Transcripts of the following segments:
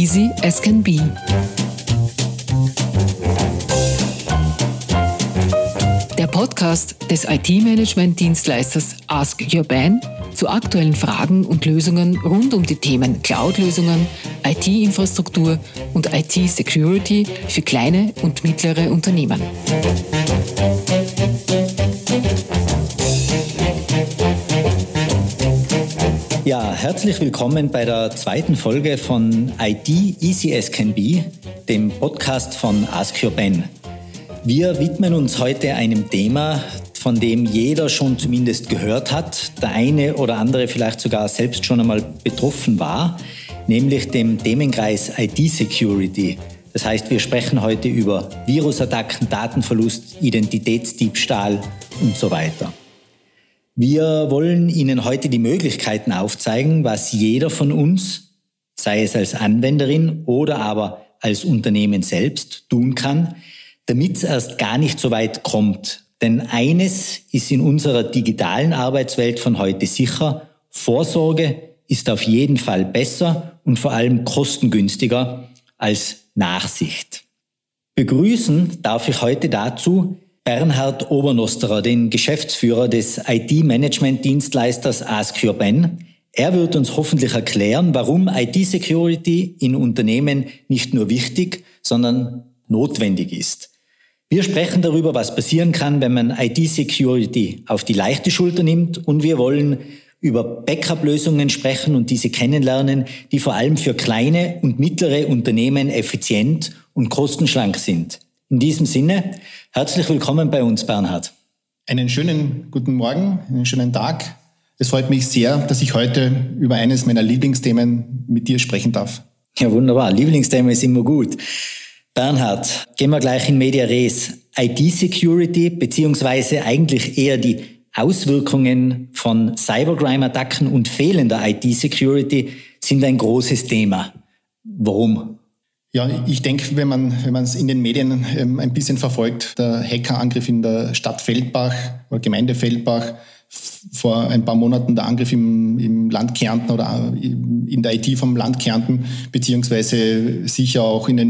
easy as can be. Der Podcast des IT-Management-Dienstleisters Ask Your Ben zu aktuellen Fragen und Lösungen rund um die Themen Cloud-Lösungen, IT-Infrastruktur und IT-Security für kleine und mittlere Unternehmen. Ja, herzlich willkommen bei der zweiten Folge von IT Easy as Can Be, dem Podcast von Ask Your Ben. Wir widmen uns heute einem Thema, von dem jeder schon zumindest gehört hat, der eine oder andere vielleicht sogar selbst schon einmal betroffen war, nämlich dem Themenkreis IT-Security. Das heißt, wir sprechen heute über Virusattacken, Datenverlust, Identitätsdiebstahl und so weiter. Wir wollen Ihnen heute die Möglichkeiten aufzeigen, was jeder von uns, sei es als Anwenderin oder aber als Unternehmen selbst, tun kann, damit es erst gar nicht so weit kommt. Denn eines ist in unserer digitalen Arbeitswelt von heute sicher: Vorsorge ist auf jeden Fall besser und vor allem kostengünstiger als Nachsicht. Begrüßen darf ich heute dazu Bernhard Obernosterer, den Geschäftsführer des IT-Management-Dienstleisters Ask Your Ben. Er wird uns hoffentlich erklären, warum IT-Security in Unternehmen nicht nur wichtig, sondern notwendig ist. Wir sprechen darüber, was passieren kann, wenn man IT-Security auf die leichte Schulter nimmt, und wir wollen über Backup-Lösungen sprechen und diese kennenlernen, die vor allem für kleine und mittlere Unternehmen effizient und kostenschlank sind. In diesem Sinne, herzlich willkommen bei uns, Bernhard. Einen schönen guten Morgen, einen schönen Tag. Es freut mich sehr, dass ich heute über eines meiner Lieblingsthemen mit dir sprechen darf. Ja, wunderbar. Lieblingsthema ist immer gut. Bernhard, gehen wir gleich in Media Res. IT-Security beziehungsweise eigentlich eher die Auswirkungen von Cybercrime-Attacken und fehlender IT-Security sind ein großes Thema. Warum? Ja, ich denke, wenn man es in den Medien ein bisschen verfolgt, der Hackerangriff in der Stadt Feldbach oder Gemeinde Feldbach, vor ein paar Monaten der Angriff im Land Kärnten oder in der IT vom Land Kärnten, beziehungsweise sicher auch in den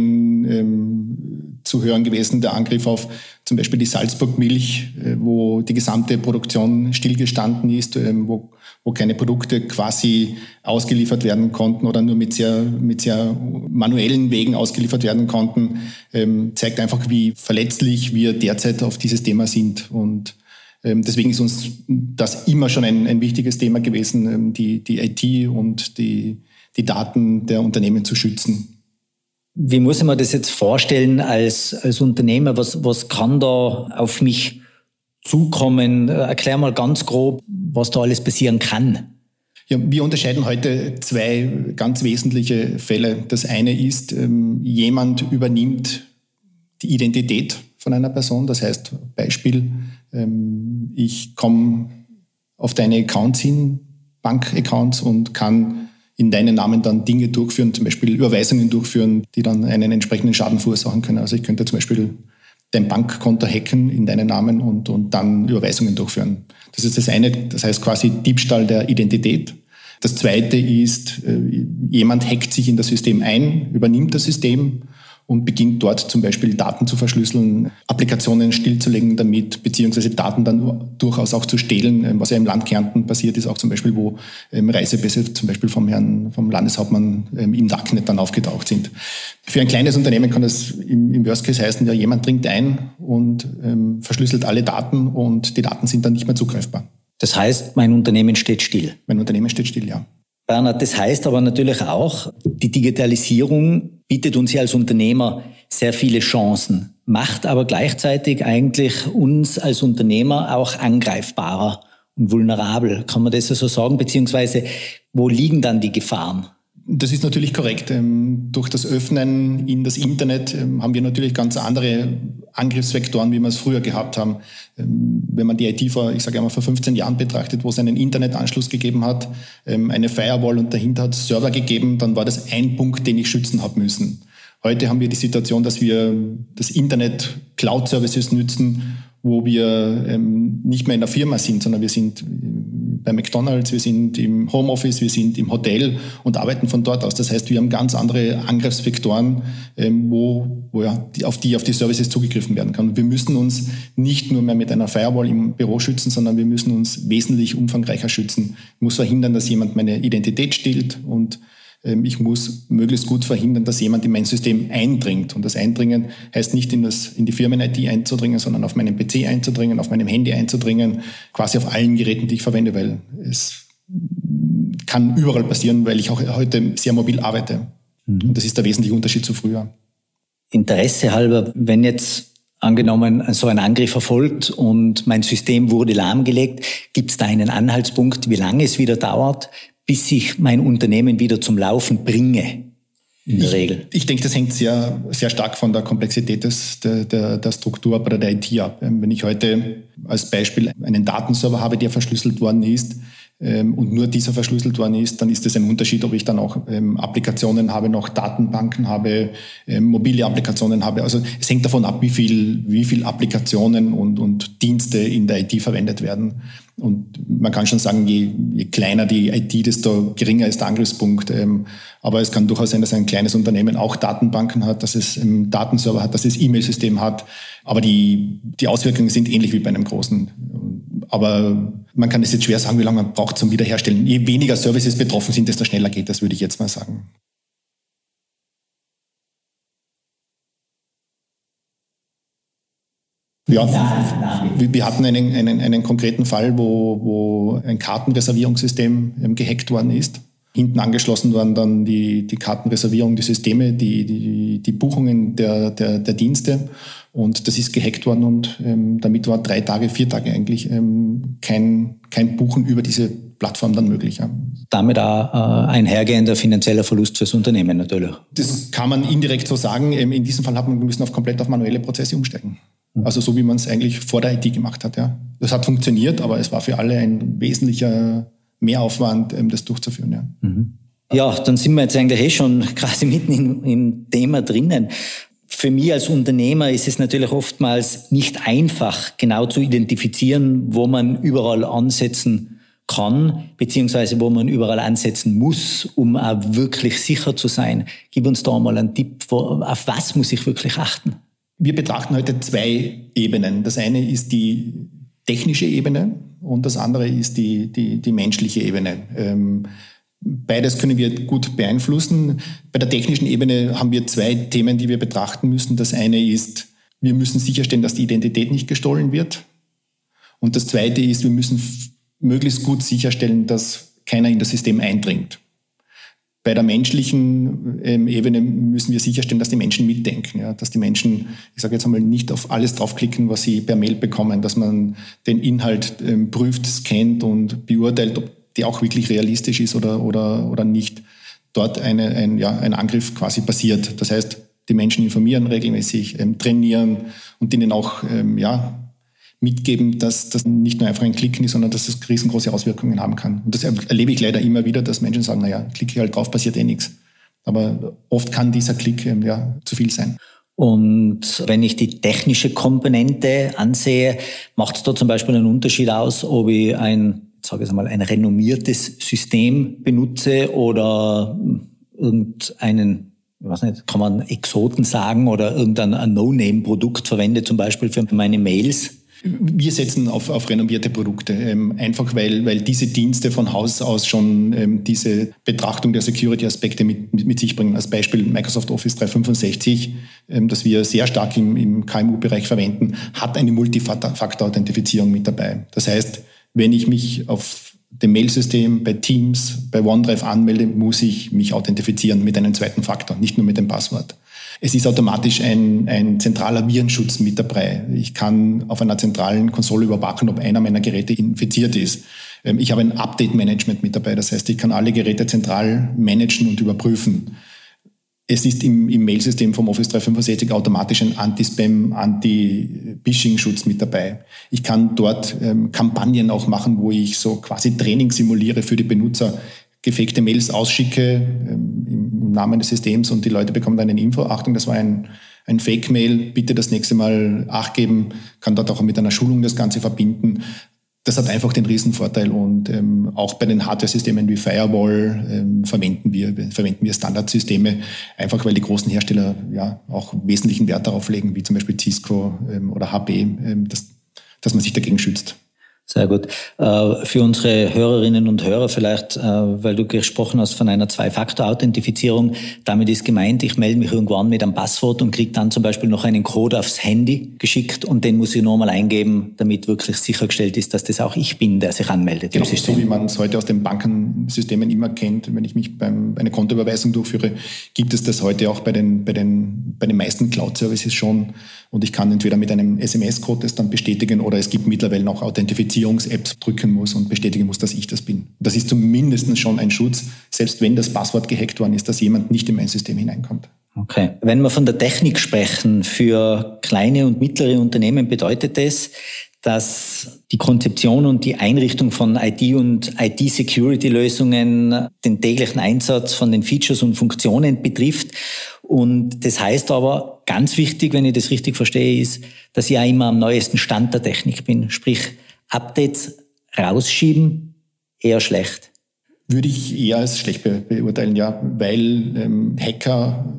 Medien zu hören gewesen, der Angriff auf zum Beispiel die Salzburg Milch, wo die gesamte Produktion stillgestanden ist, wo keine Produkte quasi ausgeliefert werden konnten oder nur mit sehr manuellen Wegen ausgeliefert werden konnten, zeigt einfach, wie verletzlich wir derzeit auf dieses Thema sind. Und deswegen ist uns das immer schon ein wichtiges Thema gewesen, die IT und die Daten der Unternehmen zu schützen. Wie muss ich mir das jetzt vorstellen als Unternehmer? Was kann da auf mich zukommen? Erklär mal ganz grob, was da alles passieren kann. Ja, wir unterscheiden heute zwei ganz wesentliche Fälle. Das eine ist, jemand übernimmt die Identität von einer Person. Das heißt, Beispiel, ich komme auf deine Accounts hin, Bankaccounts, und kann in deinen Namen dann Dinge durchführen, zum Beispiel Überweisungen durchführen, die dann einen entsprechenden Schaden verursachen können. Also ich könnte zum Beispiel dein Bankkonto hacken in deinen Namen und dann Überweisungen durchführen. Das ist das eine, das heißt quasi Diebstahl der Identität. Das zweite ist, jemand hackt sich in das System ein, übernimmt das System und beginnt dort zum Beispiel Daten zu verschlüsseln, Applikationen stillzulegen damit, beziehungsweise Daten dann durchaus auch zu stehlen, was ja im Land Kärnten passiert ist, auch zum Beispiel, wo Reisepässe zum Beispiel vom Landeshauptmann im Darknet dann aufgetaucht sind. Für ein kleines Unternehmen kann das im Worst Case heißen, ja, jemand dringt ein und verschlüsselt alle Daten und die Daten sind dann nicht mehr zugreifbar. Das heißt, mein Unternehmen steht still. Mein Unternehmen steht still, ja. Bernhard, das heißt aber natürlich auch, die Digitalisierung bietet uns ja als Unternehmer sehr viele Chancen, macht aber gleichzeitig eigentlich uns als Unternehmer auch angreifbarer und vulnerabel. Kann man das so sagen? Beziehungsweise, wo liegen dann die Gefahren? Das ist natürlich korrekt. Durch das Öffnen in das Internet haben wir natürlich ganz andere Angriffsvektoren, wie wir es früher gehabt haben. Wenn man die IT vor 15 Jahren betrachtet, wo es einen Internetanschluss gegeben hat, eine Firewall und dahinter hat es Server gegeben, dann war das ein Punkt, den ich schützen habe müssen. Heute haben wir die Situation, dass wir das Internet Cloud-Services nützen, wo wir nicht mehr in der Firma sind, sondern wir sind bei McDonald's, wir sind im Homeoffice, wir sind im Hotel und arbeiten von dort aus. Das heißt, wir haben ganz andere Angriffsvektoren, auf die Services zugegriffen werden kann. Wir müssen uns nicht nur mehr mit einer Firewall im Büro schützen, sondern wir müssen uns wesentlich umfangreicher schützen. Ich muss verhindern, dass jemand meine Identität stiehlt und ich muss möglichst gut verhindern, dass jemand in mein System eindringt. Und das Eindringen heißt nicht in die Firmen-IT einzudringen, sondern auf meinem PC einzudringen, auf meinem Handy einzudringen, quasi auf allen Geräten, die ich verwende, weil es kann überall passieren, weil ich auch heute sehr mobil arbeite. Und das ist der wesentliche Unterschied zu früher. Interesse halber, wenn jetzt angenommen so ein Angriff erfolgt und mein System wurde lahmgelegt, gibt es da einen Anhaltspunkt, wie lange es wieder dauert, bis ich mein Unternehmen wieder zum Laufen bringe, in der Regel? Ich denke, das hängt sehr, sehr stark von der Komplexität der Struktur oder der IT ab. Wenn ich heute als Beispiel einen Datenserver habe, der verschlüsselt worden ist, und nur dieser verschlüsselt worden ist, dann ist es ein Unterschied, ob ich dann auch Applikationen habe, noch Datenbanken habe, mobile Applikationen habe. Also es hängt davon ab, wie viel Applikationen und Dienste in der IT verwendet werden. Und man kann schon sagen, je kleiner die IT, desto geringer ist der Angriffspunkt. Aber es kann durchaus sein, dass ein kleines Unternehmen auch Datenbanken hat, dass es Datenserver hat, dass es E-Mail-System hat. Aber die Auswirkungen sind ähnlich wie bei einem großen. Aber man kann es jetzt schwer sagen, wie lange man braucht zum Wiederherstellen. Je weniger Services betroffen sind, desto schneller geht das, würde ich jetzt mal sagen. Ja, wir hatten einen konkreten Fall, wo ein Kartenreservierungssystem gehackt worden ist. Hinten angeschlossen waren dann die Kartenreservierung, die Systeme, die Buchungen der Dienste. Und das ist gehackt worden und damit war 4 Tage eigentlich kein Buchen über diese Plattform dann möglich. Ja. Damit auch einhergehender finanzieller Verlust fürs Unternehmen natürlich. Das kann man indirekt so sagen. In diesem Fall müssen wir komplett auf manuelle Prozesse umsteigen. Also so, wie man es eigentlich vor der IT gemacht hat. Ja. Das hat funktioniert, aber es war für alle ein wesentlicher Mehraufwand, das durchzuführen. Ja. Ja, dann sind wir jetzt eigentlich schon quasi mitten im Thema drinnen. Für mich als Unternehmer ist es natürlich oftmals nicht einfach, genau zu identifizieren, wo man überall ansetzen kann, beziehungsweise wo man überall ansetzen muss, um auch wirklich sicher zu sein. Gib uns da mal einen Tipp, auf was muss ich wirklich achten? Wir betrachten heute 2 Ebenen. Das eine ist die technische Ebene und das andere ist die menschliche Ebene. Beides können wir gut beeinflussen. Bei der technischen Ebene haben wir 2 Themen, die wir betrachten müssen. Das eine ist, wir müssen sicherstellen, dass die Identität nicht gestohlen wird. Und das zweite ist, wir müssen möglichst gut sicherstellen, dass keiner in das System eindringt. Bei der menschlichen Ebene müssen wir sicherstellen, dass die Menschen mitdenken, ja, dass die Menschen, ich sage jetzt einmal, nicht auf alles draufklicken, was sie per Mail bekommen, dass man den Inhalt prüft, scannt und beurteilt, ob der auch wirklich realistisch ist oder nicht. Dort ein Angriff quasi passiert. Das heißt, die Menschen informieren regelmäßig, trainieren und ihnen auch mitgeben, dass das nicht nur einfach ein Klicken ist, sondern dass das riesengroße Auswirkungen haben kann. Und das erlebe ich leider immer wieder, dass Menschen sagen, klicke ich halt drauf, passiert eh nichts. Aber oft kann dieser Klick zu viel sein. Und wenn ich die technische Komponente ansehe, macht es da zum Beispiel einen Unterschied aus, ob ich ein renommiertes System benutze oder irgendeinen, ich weiß nicht, kann man Exoten sagen oder irgendein No-Name-Produkt verwende, zum Beispiel für meine Mails? Wir setzen auf renommierte Produkte, einfach weil diese Dienste von Haus aus schon diese Betrachtung der Security-Aspekte mit sich bringen. Als Beispiel Microsoft Office 365, das wir sehr stark im KMU-Bereich verwenden, hat eine Multifaktor-Authentifizierung mit dabei. Das heißt, wenn ich mich auf dem Mailsystem, bei Teams, bei OneDrive anmelde, muss ich mich authentifizieren mit einem zweiten Faktor, nicht nur mit dem Passwort. Es ist automatisch ein zentraler Virenschutz mit dabei. Ich kann auf einer zentralen Konsole überwachen, ob einer meiner Geräte infiziert ist. Ich habe ein Update-Management mit dabei. Das heißt, ich kann alle Geräte zentral managen und überprüfen. Es ist im Mailsystem vom Office 365 automatisch ein Anti-Spam, Anti-Phishing-Schutz mit dabei. Ich kann dort Kampagnen auch machen, wo ich so quasi Training simuliere für die Benutzer, gefakte Mails ausschicke im Namen des Systems und die Leute bekommen dann eine Info. Achtung, das war ein Fake-Mail, bitte das nächste Mal Acht geben, kann dort auch mit einer Schulung das Ganze verbinden. Das hat einfach den Riesenvorteil und auch bei den Hardware-Systemen wie Firewall verwenden wir Standardsysteme, einfach weil die großen Hersteller ja auch wesentlichen Wert darauf legen, wie zum Beispiel Cisco oder HP, dass man sich dagegen schützt. Sehr gut. Für unsere Hörerinnen und Hörer vielleicht, weil du gesprochen hast von einer Zwei-Faktor-Authentifizierung, damit ist gemeint, ich melde mich irgendwo an mit einem Passwort und kriege dann zum Beispiel noch einen Code aufs Handy geschickt und den muss ich nochmal eingeben, damit wirklich sichergestellt ist, dass das auch ich bin, der sich anmeldet. Genau, so wie man es heute aus den Bankensystemen immer kennt. Wenn ich mich eine Kontoüberweisung durchführe, gibt es das heute auch bei den meisten Cloud-Services schon. Und ich kann entweder mit einem SMS-Code das dann bestätigen oder es gibt mittlerweile auch Authentifizierungs-Apps drücken muss und bestätigen muss, dass ich das bin. Das ist zumindest schon ein Schutz, selbst wenn das Passwort gehackt worden ist, dass jemand nicht in mein System hineinkommt. Okay. Wenn wir von der Technik sprechen, für kleine und mittlere Unternehmen bedeutet das, dass die Konzeption und die Einrichtung von IT- und IT-Security-Lösungen den täglichen Einsatz von den Features und Funktionen betrifft. Und das heißt aber, ganz wichtig, wenn ich das richtig verstehe, ist, dass ich auch immer am neuesten Stand der Technik bin. Sprich, Updates rausschieben, eher schlecht. Würde ich eher als schlecht beurteilen, ja, weil Hacker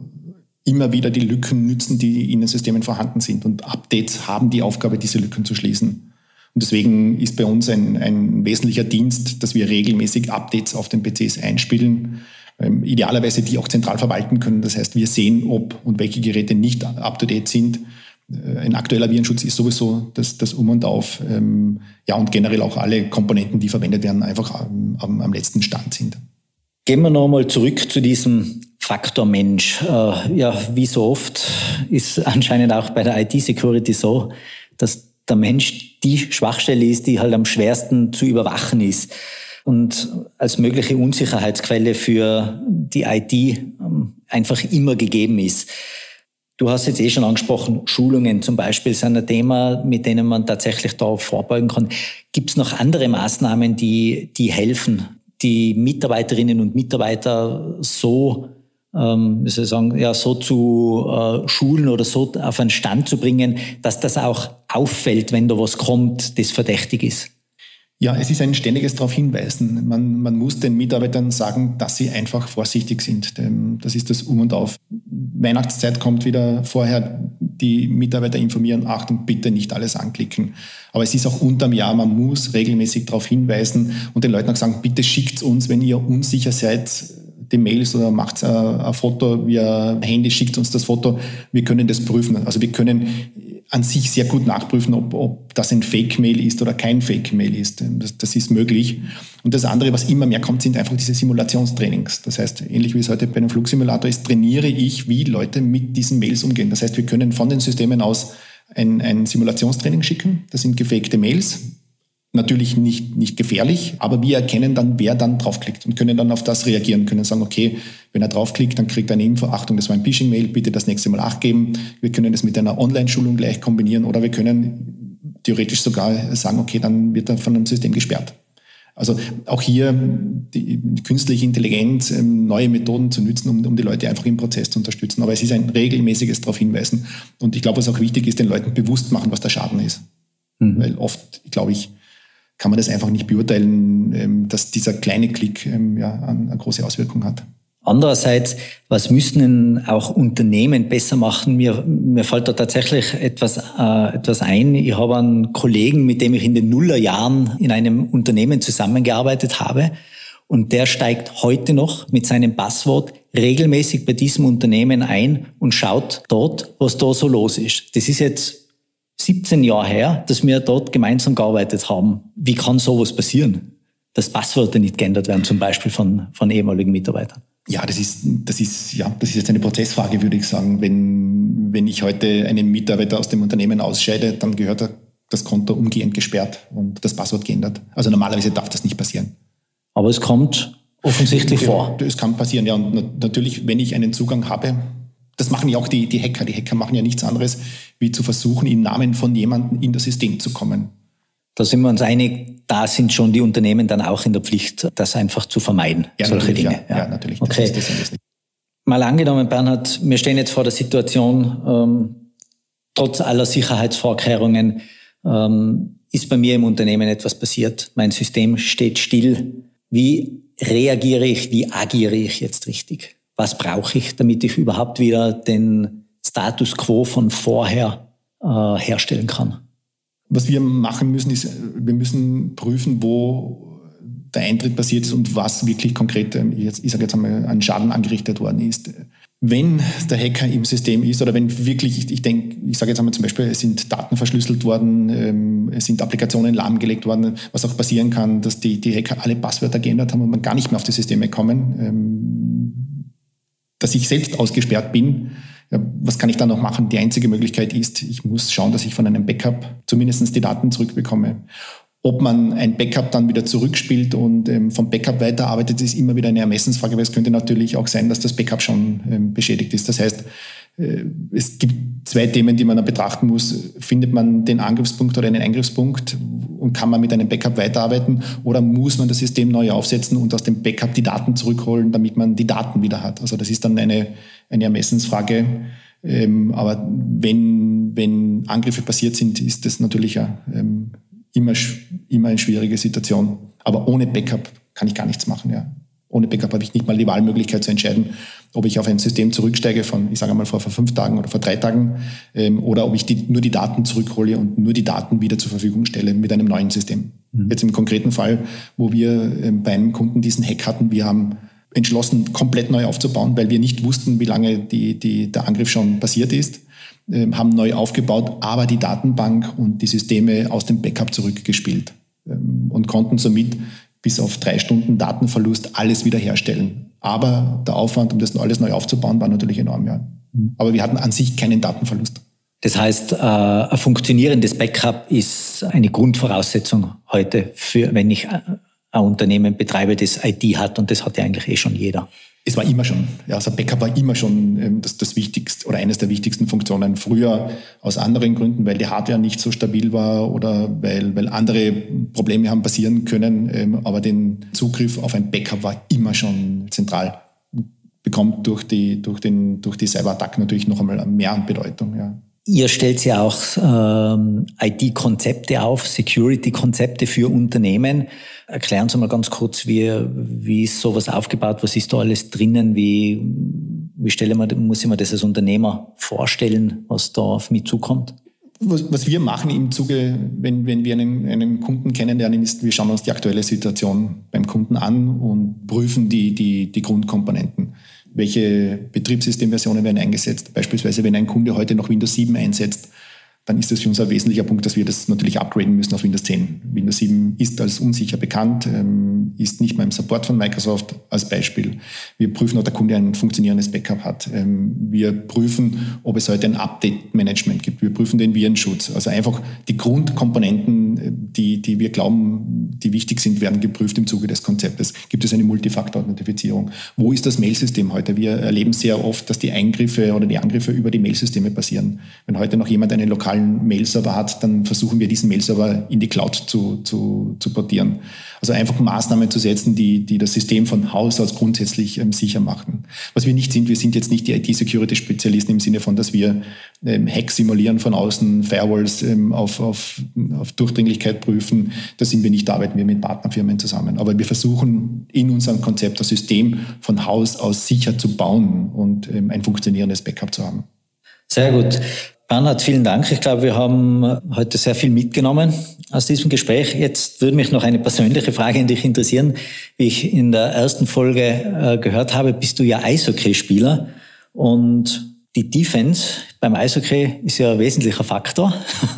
immer wieder die Lücken nützen, die in den Systemen vorhanden sind. Und Updates haben die Aufgabe, diese Lücken zu schließen. Und deswegen ist bei uns ein wesentlicher Dienst, dass wir regelmäßig Updates auf den PCs einspielen, idealerweise die auch zentral verwalten können. Das heißt, wir sehen, ob und welche Geräte nicht up-to-date sind. Ein aktueller Virenschutz ist sowieso das Um und Auf. Ja, und generell auch alle Komponenten, die verwendet werden, einfach am letzten Stand sind. Gehen wir nochmal zurück zu diesem Faktor Mensch. Ja, wie so oft ist anscheinend auch bei der IT-Security so, dass der Mensch die Schwachstelle ist, die halt am schwersten zu überwachen ist und als mögliche Unsicherheitsquelle für die IT einfach immer gegeben ist. Du hast jetzt schon angesprochen, Schulungen zum Beispiel sind ein Thema, mit denen man tatsächlich darauf vorbeugen kann. Gibt es noch andere Maßnahmen, die helfen, die Mitarbeiterinnen und Mitarbeiter so, wie soll ich sagen, ja, so zu schulen oder so auf einen Stand zu bringen, dass das auch auffällt, wenn da was kommt, das verdächtig ist? Ja, es ist ein ständiges darauf hinweisen. Man muss den Mitarbeitern sagen, dass sie einfach vorsichtig sind. Das ist das Um und Auf. Weihnachtszeit kommt wieder vorher, die Mitarbeiter informieren, Achtung, bitte nicht alles anklicken. Aber es ist auch unterm Jahr, man muss regelmäßig darauf hinweisen und den Leuten auch sagen, bitte schickt uns, wenn ihr unsicher seid, die Mails oder macht ein Foto via Handy, schickt uns das Foto, wir können das prüfen. Also wir können an sich sehr gut nachprüfen, ob das ein Fake-Mail ist oder kein Fake-Mail ist. Das ist möglich. Und das andere, was immer mehr kommt, sind einfach diese Simulationstrainings. Das heißt, ähnlich wie es heute bei einem Flugsimulator ist, trainiere ich, wie Leute mit diesen Mails umgehen. Das heißt, wir können von den Systemen aus ein Simulationstraining schicken. Das sind gefakte Mails. Natürlich nicht gefährlich, aber wir erkennen dann, wer dann draufklickt und können dann auf das reagieren, können sagen, okay, wenn er draufklickt, dann kriegt er eine Info, Achtung, das war ein Phishing-Mail, bitte das nächste Mal Acht geben. Wir können das mit einer Online-Schulung gleich kombinieren oder wir können theoretisch sogar sagen, okay, dann wird er von einem System gesperrt. Also auch hier die künstliche Intelligenz, neue Methoden zu nutzen, um die Leute einfach im Prozess zu unterstützen. Aber es ist ein regelmäßiges darauf hinweisen. Und ich glaube, was auch wichtig ist, den Leuten bewusst machen, was der Schaden ist. Mhm. Weil oft, glaube ich, kann man das einfach nicht beurteilen, dass dieser kleine Klick eine große Auswirkung hat. Andererseits, was müssen denn auch Unternehmen besser machen? Mir fällt da tatsächlich etwas ein. Ich habe einen Kollegen, mit dem ich in den Nullerjahren in einem Unternehmen zusammengearbeitet habe. Und der steigt heute noch mit seinem Passwort regelmäßig bei diesem Unternehmen ein und schaut dort, was da so los ist. Das ist jetzt 17 Jahre her, dass wir dort gemeinsam gearbeitet haben. Wie kann sowas passieren? Dass Passwörter nicht geändert werden, zum Beispiel von ehemaligen Mitarbeitern. Ja, das ist jetzt eine Prozessfrage, würde ich sagen. Wenn ich heute einen Mitarbeiter aus dem Unternehmen ausscheide, dann gehört das Konto umgehend gesperrt und das Passwort geändert. Also normalerweise darf das nicht passieren. Aber es kommt offensichtlich vor. Es kann passieren, ja. Und natürlich, wenn ich einen Zugang habe, das machen ja auch die Hacker. Die Hacker machen ja nichts anderes, wie zu versuchen, im Namen von jemandem in das System zu kommen. Da sind wir uns einig, da sind schon die Unternehmen dann auch in der Pflicht, das einfach zu vermeiden, ja, solche Dinge. Ja, natürlich. Okay. Das ist mal angenommen, Bernhard, wir stehen jetzt vor der Situation, trotz aller Sicherheitsvorkehrungen, ist bei mir im Unternehmen etwas passiert, mein System steht still. Wie reagiere ich, wie agiere ich jetzt richtig? Was brauche ich, damit ich überhaupt wieder den Status quo von vorher herstellen kann? Was wir machen müssen, ist, wir müssen prüfen, wo der Eintritt passiert ist und was wirklich konkret, ich sage jetzt einmal, an Schaden angerichtet worden ist. Wenn der Hacker im System ist oder wenn wirklich, ich sage jetzt einmal zum Beispiel, es sind Daten verschlüsselt worden, es sind Applikationen lahmgelegt worden, was auch passieren kann, dass die Hacker alle Passwörter geändert haben und man gar nicht mehr auf die Systeme kommen, dass ich selbst ausgesperrt bin. Ja, was kann ich dann noch machen? Die einzige Möglichkeit ist, ich muss schauen, dass ich von einem Backup zumindest die Daten zurückbekomme. Ob man ein Backup dann wieder zurückspielt und vom Backup weiterarbeitet, ist immer wieder eine Ermessensfrage, weil es könnte natürlich auch sein, dass das Backup schon beschädigt ist. Das heißt, es gibt zwei Themen, die man dann betrachten muss. Findet man den Angriffspunkt oder einen Eingriffspunkt und kann man mit einem Backup weiterarbeiten oder muss man das System neu aufsetzen und aus dem Backup die Daten zurückholen, damit man die Daten wieder hat? Also das ist dann eine Ermessensfrage. Aber wenn Angriffe passiert sind, ist das natürlich ja immer eine schwierige Situation. Aber ohne Backup kann ich gar nichts machen. Ja. Ohne Backup habe ich nicht mal die Wahlmöglichkeit zu entscheiden, ob ich auf ein System zurücksteige von, ich sage mal, vor 5 Tagen oder vor 3 Tagen oder ob ich nur die Daten zurückhole und nur die Daten wieder zur Verfügung stelle mit einem neuen System. Jetzt im konkreten Fall, wo wir bei einem Kunden diesen Hack hatten, wir haben entschlossen, komplett neu aufzubauen, weil wir nicht wussten, wie lange der Angriff schon passiert ist, haben neu aufgebaut, aber die Datenbank und die Systeme aus dem Backup zurückgespielt und konnten somit bis auf 3 Stunden Datenverlust alles wiederherstellen. Aber der Aufwand, um das alles neu aufzubauen, war natürlich enorm. Ja. Aber wir hatten an sich keinen Datenverlust. Das heißt, ein funktionierendes Backup ist eine Grundvoraussetzung heute, für wenn ich ein Unternehmen betreibe, das IT hat, und das hat ja eigentlich schon jeder. Es war immer schon, ja, also Backup war immer schon das Wichtigste oder eines der wichtigsten Funktionen. Früher aus anderen Gründen, weil die Hardware nicht so stabil war oder weil andere Probleme haben passieren können. Aber den Zugriff auf ein Backup war immer schon zentral. Bekommt durch die Cyberattacken natürlich noch einmal mehr an Bedeutung. Ja. Ihr stellt ja auch IT-Konzepte auf, Security-Konzepte für Unternehmen. Erklären Sie mal ganz kurz, wie ist sowas aufgebaut? Was ist da alles drinnen? Wie muss ich mir das als Unternehmer vorstellen, was da auf mich zukommt? Was wir machen im Zuge, wenn wir einen Kunden kennenlernen, ist, wir schauen uns die aktuelle Situation beim Kunden an und prüfen die Grundkomponenten. Welche Betriebssystemversionen werden eingesetzt? Beispielsweise, wenn ein Kunde heute noch Windows 7 einsetzt, dann ist das für uns ein wesentlicher Punkt, dass wir das natürlich upgraden müssen auf Windows 10. Windows 7 ist als unsicher bekannt, ist nicht mehr im Support von Microsoft als Beispiel. Wir prüfen, ob der Kunde ein funktionierendes Backup hat. Wir prüfen, ob es heute ein Update-Management gibt. Wir prüfen den Virenschutz. Also einfach die Grundkomponenten, die wir glauben, die wichtig sind, werden geprüft im Zuge des Konzeptes. Gibt es eine Multifaktor-Authentifizierung? Wo ist das Mailsystem heute? Wir erleben sehr oft, dass die Eingriffe oder die Angriffe über die Mailsysteme passieren. Wenn heute noch jemand einen lokalen Mail-Server hat, dann versuchen wir, diesen Mail-Server in die Cloud zu portieren. Also einfach Maßnahmen zu setzen, die das System von Haus aus grundsätzlich sicher machen. Was wir nicht sind, wir sind jetzt nicht die IT-Security-Spezialisten im Sinne von, dass wir Hacks simulieren von außen, Firewalls auf Durchdringlichkeit prüfen. Da sind wir nicht, da arbeiten wir mit Partnerfirmen zusammen. Aber wir versuchen in unserem Konzept das System von Haus aus sicher zu bauen und ein funktionierendes Backup zu haben. Sehr gut. Bernhard, vielen Dank. Ich glaube, wir haben heute sehr viel mitgenommen aus diesem Gespräch. Jetzt würde mich noch eine persönliche Frage an dich interessieren. Wie ich in der ersten Folge gehört habe, bist du ja Eishockeyspieler und die Defense beim Eishockey ist ja ein wesentlicher Faktor.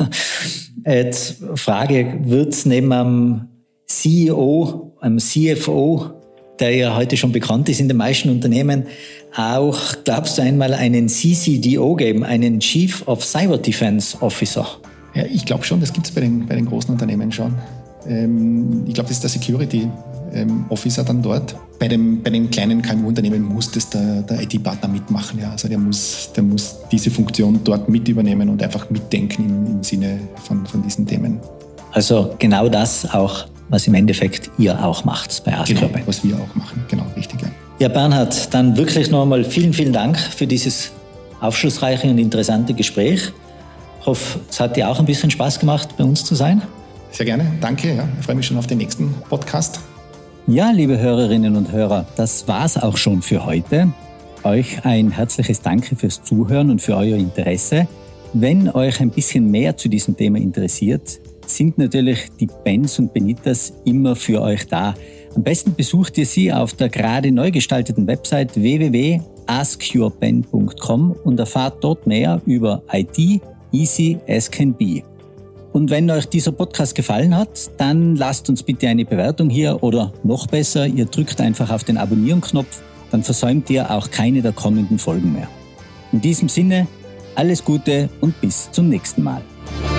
Jetzt Frage, wird es neben einem CEO, einem CFO, der ja heute schon bekannt ist in den meisten Unternehmen, auch, glaubst du, einmal einen CCDO geben, einen Chief of Cyber Defense Officer? Ja, ich glaube schon, das gibt es bei den großen Unternehmen schon. Ich glaube, das ist der Security Officer dann dort. Bei den kleinen KMU-Unternehmen muss das der IT-Partner mitmachen. Ja. Also der muss diese Funktion dort mit übernehmen und einfach mitdenken im Sinne von diesen Themen. Also genau das auch, was im Endeffekt ihr auch macht bei Ask Your Ben. Genau, was wir auch machen, genau, richtig. Ja. Ja, Bernhard, dann wirklich noch einmal vielen, vielen Dank für dieses aufschlussreiche und interessante Gespräch. Ich hoffe, es hat dir auch ein bisschen Spaß gemacht, bei uns zu sein. Sehr gerne, danke. Ja, ich freue mich schon auf den nächsten Podcast. Ja, liebe Hörerinnen und Hörer, das war's auch schon für heute. Euch ein herzliches Danke fürs Zuhören und für euer Interesse. Wenn euch ein bisschen mehr zu diesem Thema interessiert, sind natürlich die Bens und Benitas immer für euch da. Am besten besucht ihr sie auf der gerade neu gestalteten Website www.askyourben.com und erfahrt dort mehr über IT easy as can be. Und wenn euch dieser Podcast gefallen hat, dann lasst uns bitte eine Bewertung hier oder noch besser, ihr drückt einfach auf den Abonnieren-Knopf, dann versäumt ihr auch keine der kommenden Folgen mehr. In diesem Sinne, alles Gute und bis zum nächsten Mal.